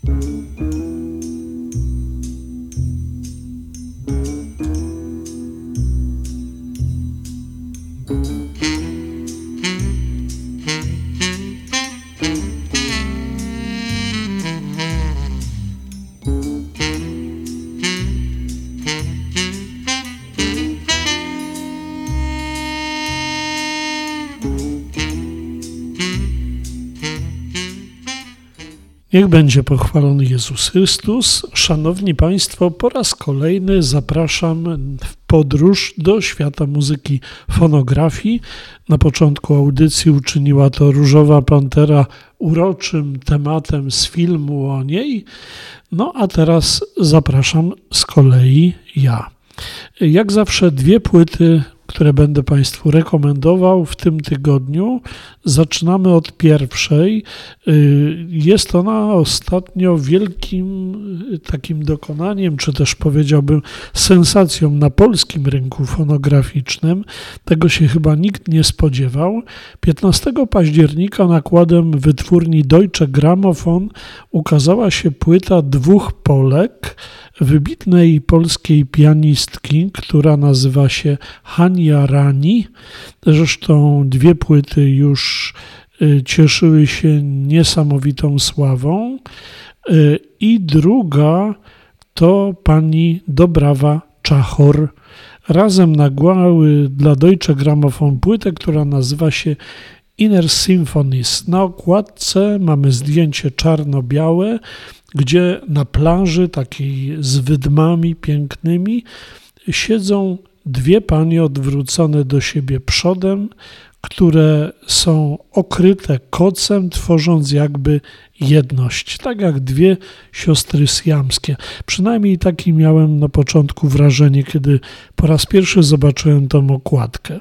Niech będzie pochwalony Jezus Chrystus. Szanowni Państwo, po raz kolejny zapraszam w podróż do świata muzyki fonografii. Na początku audycji uczyniła to Różowa Pantera uroczym tematem z filmu o niej. No a teraz zapraszam z kolei ja. Jak zawsze dwie płyty, które będę Państwu rekomendował w tym tygodniu. Zaczynamy od pierwszej. Jest ona ostatnio wielkim takim dokonaniem, czy też powiedziałbym sensacją na polskim rynku fonograficznym. Tego się chyba nikt nie spodziewał. 15 października nakładem wytwórni Deutsche Grammophon ukazała się płyta dwóch Polek, wybitnej polskiej pianistki, która nazywa się Hania Rani. Zresztą dwie płyty już cieszyły się niesamowitą sławą. I druga to pani Dobrawa Czachor. Razem nagłały dla Deutsche Grammophon płytę, która nazywa się Inner Symphonies. Na okładce mamy zdjęcie czarno-białe, gdzie na plaży takiej z wydmami pięknymi siedzą dwie panie odwrócone do siebie przodem, które są okryte kocem, tworząc jakby jedność, tak jak dwie siostry siamskie. Przynajmniej takie miałem na początku wrażenie, kiedy po raz pierwszy zobaczyłem tą okładkę.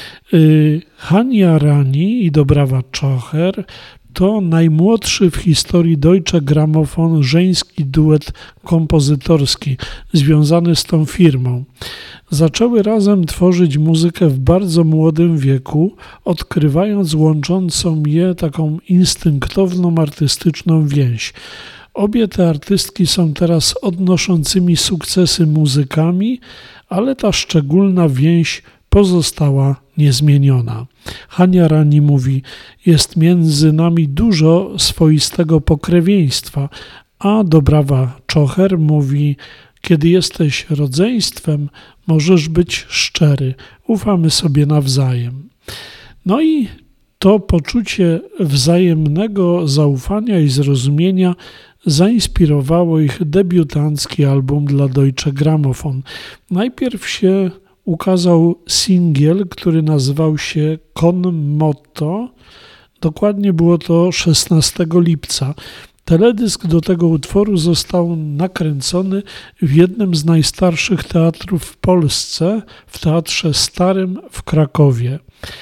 Hania Rani i Dobrawa Czachor to najmłodszy w historii Deutsche Grammophon żeński duet kompozytorski związany z tą firmą. Zaczęły razem tworzyć muzykę w bardzo młodym wieku, odkrywając łączącą je taką instynktowną, artystyczną więź. Obie te artystki są teraz odnoszącymi sukcesy muzykami, ale ta szczególna więź pozostała niezmieniona. Hania Rani mówi, jest między nami dużo swoistego pokrewieństwa, a Dobrawa Czachor mówi, kiedy jesteś rodzeństwem, możesz być szczery, ufamy sobie nawzajem. No i to poczucie wzajemnego zaufania i zrozumienia zainspirowało ich debiutancki album dla Deutsche Grammophon. Najpierw się ukazał singiel, który nazywał się Con Motto. Dokładnie było to 16 lipca. Teledysk do tego utworu został nakręcony w jednym z najstarszych teatrów w Polsce, w Teatrze Starym w Krakowie.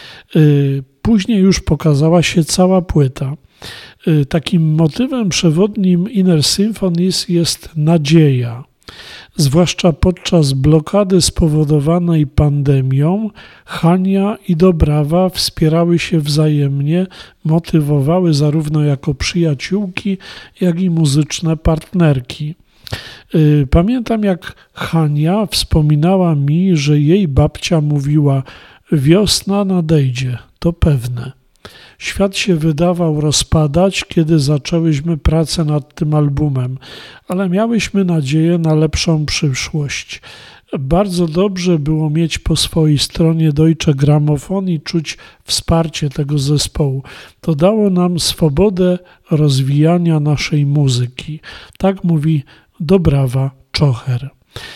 Później już pokazała się cała płyta. Takim motywem przewodnim Inner Symphonies jest nadzieja. Zwłaszcza podczas blokady spowodowanej pandemią, Hania i Dobrawa wspierały się wzajemnie, motywowały zarówno jako przyjaciółki, jak i muzyczne partnerki. Pamiętam, jak Hania wspominała mi, że jej babcia mówiła: wiosna nadejdzie, to pewne. Świat się wydawał rozpadać, kiedy zaczęłyśmy pracę nad tym albumem, ale miałyśmy nadzieję na lepszą przyszłość. Bardzo dobrze było mieć po swojej stronie Deutsche Grammophon i czuć wsparcie tego zespołu. To dało nam swobodę rozwijania naszej muzyki. Tak mówi Dobrawa Czachor.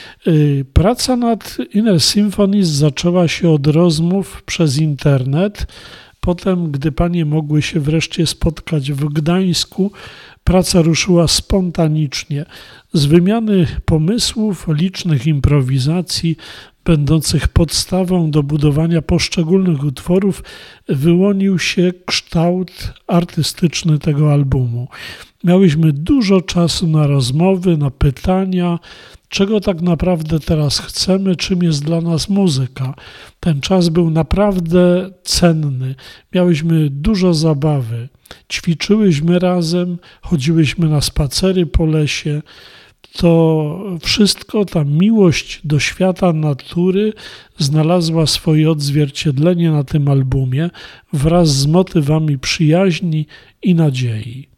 Praca nad Inner Symphonies zaczęła się od rozmów przez internet. Potem, gdy panie mogły się wreszcie spotkać w Gdańsku, praca ruszyła spontanicznie. Z wymiany pomysłów, licznych improwizacji, będących podstawą do budowania poszczególnych utworów, wyłonił się kształt artystyczny tego albumu. Miałyśmy dużo czasu na rozmowy, na pytania, czego tak naprawdę teraz chcemy, czym jest dla nas muzyka. Ten czas był naprawdę cenny. Miałyśmy dużo zabawy. ćwiczyłyśmy razem, chodziłyśmy na spacery po lesie. To wszystko, ta miłość do świata natury znalazła swoje odzwierciedlenie na tym albumie wraz z motywami przyjaźni i nadziei.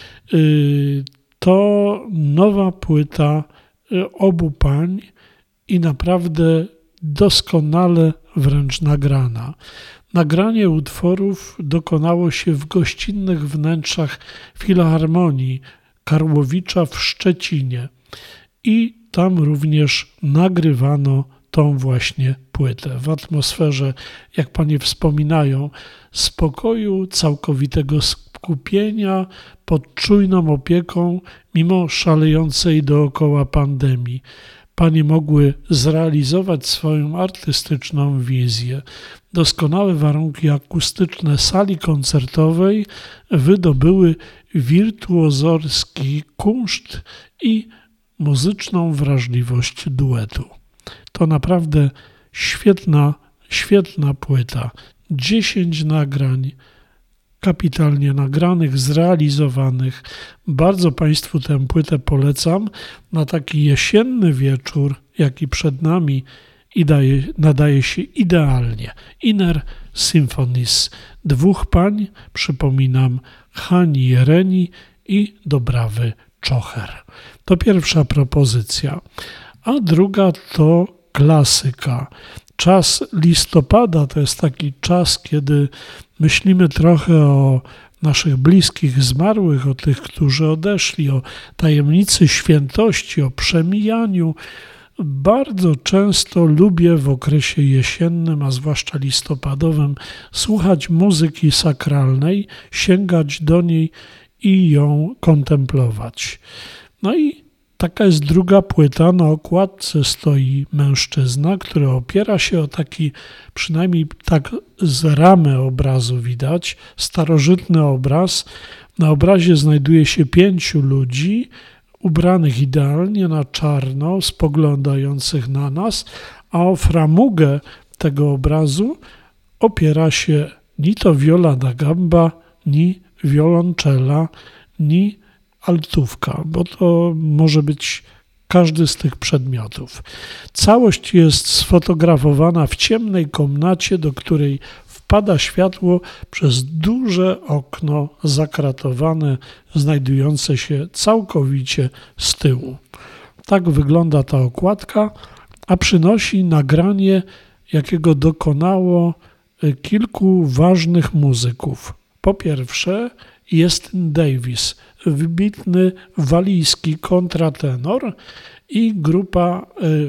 To nowa płyta obu pań i naprawdę doskonale wręcz nagrana. Nagranie utworów dokonało się w gościnnych wnętrzach Filharmonii Karłowicza w Szczecinie i tam również nagrywano tą właśnie płytę w atmosferze, jak panie wspominają, spokoju, całkowitego skupienia, pod czujną opieką, mimo szalejącej dookoła pandemii. Panie mogły zrealizować swoją artystyczną wizję. Doskonałe warunki akustyczne sali koncertowej wydobyły wirtuozorski kunszt i muzyczną wrażliwość duetu. To naprawdę świetna płyta. 10 nagrań kapitalnie nagranych, zrealizowanych. Bardzo Państwu tę płytę polecam na taki jesienny wieczór, jaki przed nami nadaje się idealnie. Inner Symphonies. 2 pań, przypominam, Hani Jereni i Dobrawy Czocher. To pierwsza propozycja. A druga to klasyka. Czas listopada to jest taki czas, kiedy myślimy trochę o naszych bliskich zmarłych, o tych, którzy odeszli, o tajemnicy świętości, o przemijaniu. Bardzo często lubię w okresie jesiennym, a zwłaszcza listopadowym, słuchać muzyki sakralnej, sięgać do niej i ją kontemplować. No i taka jest druga płyta. Na okładce stoi mężczyzna, który opiera się o taki, przynajmniej tak z ramy obrazu widać, starożytny obraz. Na obrazie znajduje się 5 ludzi, ubranych idealnie na czarno, spoglądających na nas, a o framugę tego obrazu opiera się ni to viola da gamba, ni wiolonczela, ni altówka, bo to może być każdy z tych przedmiotów. Całość jest sfotografowana w ciemnej komnacie, do której wpada światło przez duże okno zakratowane, znajdujące się całkowicie z tyłu. Tak wygląda ta okładka, a przynosi nagranie, jakiego dokonało kilku ważnych muzyków. Po pierwsze, Justin Davis, wybitny walijski kontratenor i grupa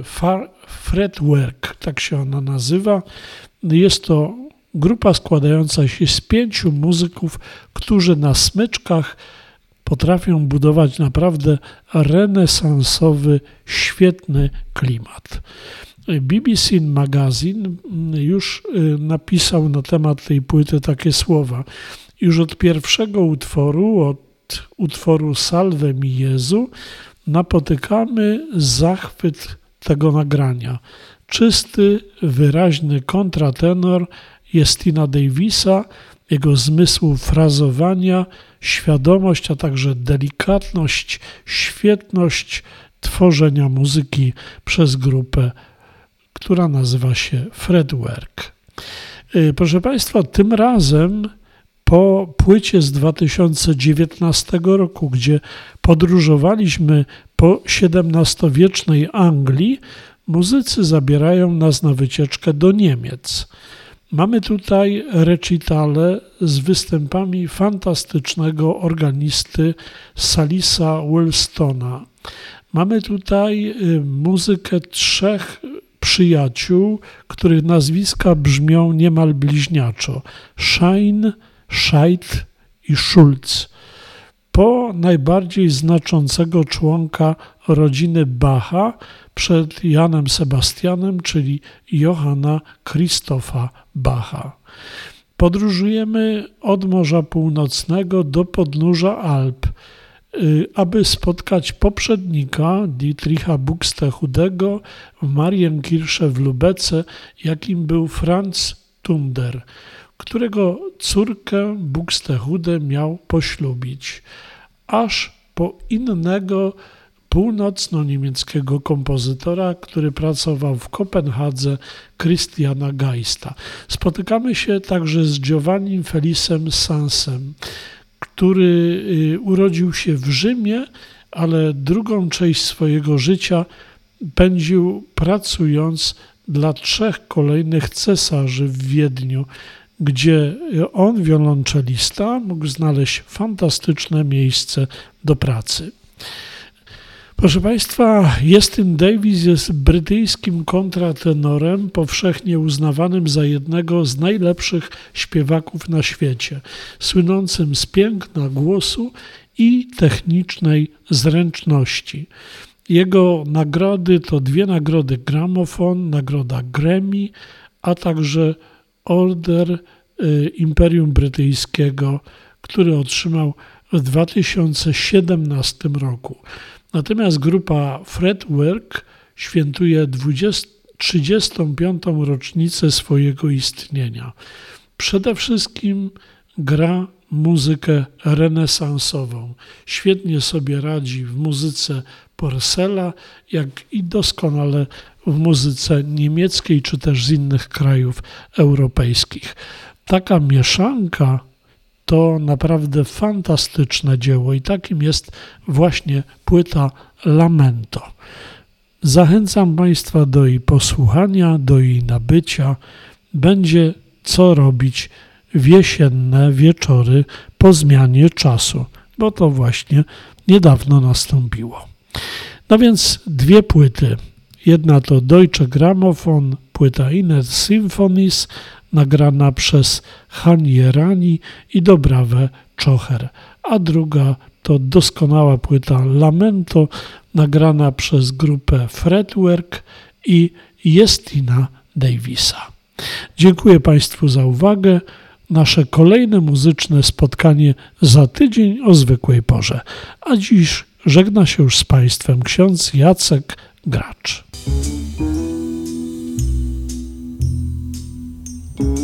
Fretwork, tak się ona nazywa. Jest to grupa składająca się z 5 muzyków, którzy na smyczkach potrafią budować naprawdę renesansowy, świetny klimat. BBC Magazine już napisał na temat tej płyty takie słowa. Już od pierwszego utworu, od utworu Salve mi Jezu, napotykamy zachwyt tego nagrania. Czysty, wyraźny kontratenor Justina Davisa, jego zmysł frazowania, świadomość, a także delikatność, świetność tworzenia muzyki przez grupę, która nazywa się Fretwork. Proszę Państwa, tym razem po płycie z 2019 roku, gdzie podróżowaliśmy po XVII-wiecznej Anglii, muzycy zabierają nas na wycieczkę do Niemiec. Mamy tutaj recitale z występami fantastycznego organisty Salisa Wilstona. Mamy tutaj muzykę 3 przyjaciół, których nazwiska brzmią niemal bliźniaczo. Schein, Scheidt i Schulz. Po najbardziej znaczącego członka rodziny Bacha przed Janem Sebastianem, czyli Johanna Krzysztofa Bacha. Podróżujemy od Morza Północnego do podnóża Alp, aby spotkać poprzednika Dietricha Buxtehudego w Marienkirche w Lubece, jakim był Franz Tunder, którego córkę Buxtehude miał poślubić, aż po innego północno-niemieckiego kompozytora, który pracował w Kopenhadze, Christiana Geista. Spotykamy się także z Giovannim Felicem Sansem, który urodził się w Rzymie, ale drugą część swojego życia pędził pracując dla 3 kolejnych cesarzy w Wiedniu, gdzie on, wiolonczelista, mógł znaleźć fantastyczne miejsce do pracy. Proszę Państwa, Iestyn Davies jest brytyjskim kontratenorem, powszechnie uznawanym za jednego z najlepszych śpiewaków na świecie, słynącym z piękna głosu i technicznej zręczności. Jego nagrody to 2 nagrody Gramofon, nagroda Grammy, a także Order Imperium Brytyjskiego, który otrzymał w 2017 roku. Natomiast grupa Fretwork świętuje 35. rocznicę swojego istnienia. Przede wszystkim gra muzykę renesansową. Świetnie sobie radzi w muzyce Porcela, jak i doskonale w muzyce niemieckiej czy też z innych krajów europejskich. Taka mieszanka to naprawdę fantastyczne dzieło i takim jest właśnie płyta Lamento. Zachęcam Państwa do jej posłuchania, do jej nabycia. Będzie co robić w jesienne wieczory po zmianie czasu, bo to właśnie niedawno nastąpiło. No więc 2 płyty. Jedna to Deutsche Grammophon, płyta Inner Symphonies, nagrana przez Hanie Rani i Dobrawę Czocher, a druga to doskonała płyta Lamento, nagrana przez grupę Fretwork i Iestina Daviesa. Dziękuję Państwu za uwagę. Nasze kolejne muzyczne spotkanie za tydzień o zwykłej porze. A dziś żegna się już z Państwem ksiądz Jacek Gracz.